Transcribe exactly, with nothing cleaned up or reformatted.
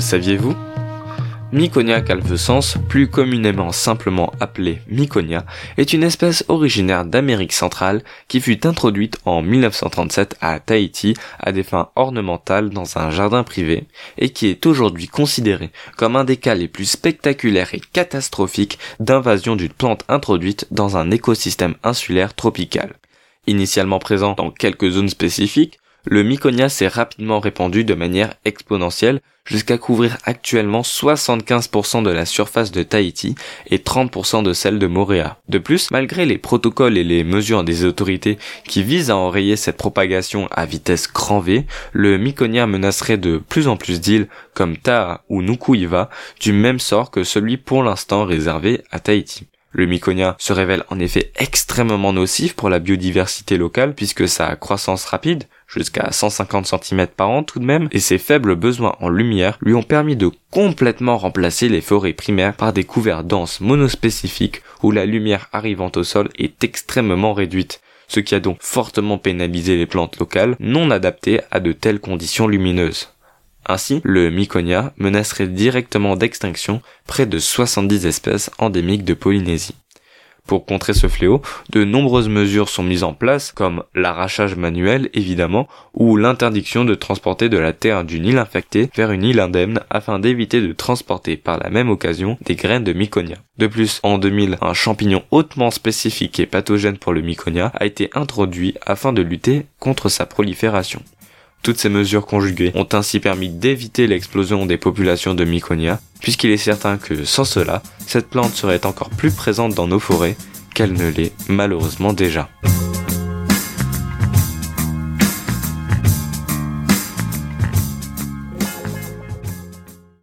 saviez-vous ? Myconia calvescens, plus communément simplement appelée Myconia, est une espèce originaire d'Amérique centrale qui fut introduite en mille neuf cent trente-sept à Tahiti à des fins ornementales dans un jardin privé et qui est aujourd'hui considéré comme un des cas les plus spectaculaires et catastrophiques d'invasion d'une plante introduite dans un écosystème insulaire tropical. Initialement présent dans quelques zones spécifiques, le Myconia s'est rapidement répandu de manière exponentielle jusqu'à couvrir actuellement soixante-quinze pour cent de la surface de Tahiti et trente pour cent de celle de Moorea. De plus, malgré les protocoles et les mesures des autorités qui visent à enrayer cette propagation à vitesse grand V, le Myconia menacerait de plus en plus d'îles comme Taha ou Nuku'iva du même sort que celui pour l'instant réservé à Tahiti. Le Myconia se révèle en effet extrêmement nocif pour la biodiversité locale puisque sa croissance rapide, jusqu'à cent cinquante centimètres par an tout de même, et ses faibles besoins en lumière lui ont permis de complètement remplacer les forêts primaires par des couverts denses monospécifiques où la lumière arrivant au sol est extrêmement réduite, ce qui a donc fortement pénalisé les plantes locales non adaptées à de telles conditions lumineuses. Ainsi, le Myconia menacerait directement d'extinction près de soixante-dix espèces endémiques de Polynésie. Pour contrer ce fléau, de nombreuses mesures sont mises en place, comme l'arrachage manuel évidemment, ou l'interdiction de transporter de la terre d'une île infectée vers une île indemne afin d'éviter de transporter par la même occasion des graines de Myconia. De plus, en deux mille, un champignon hautement spécifique et pathogène pour le Myconia a été introduit afin de lutter contre sa prolifération. Toutes ces mesures conjuguées ont ainsi permis d'éviter l'explosion des populations de Myconia, puisqu'il est certain que sans cela, cette plante serait encore plus présente dans nos forêts qu'elle ne l'est malheureusement déjà.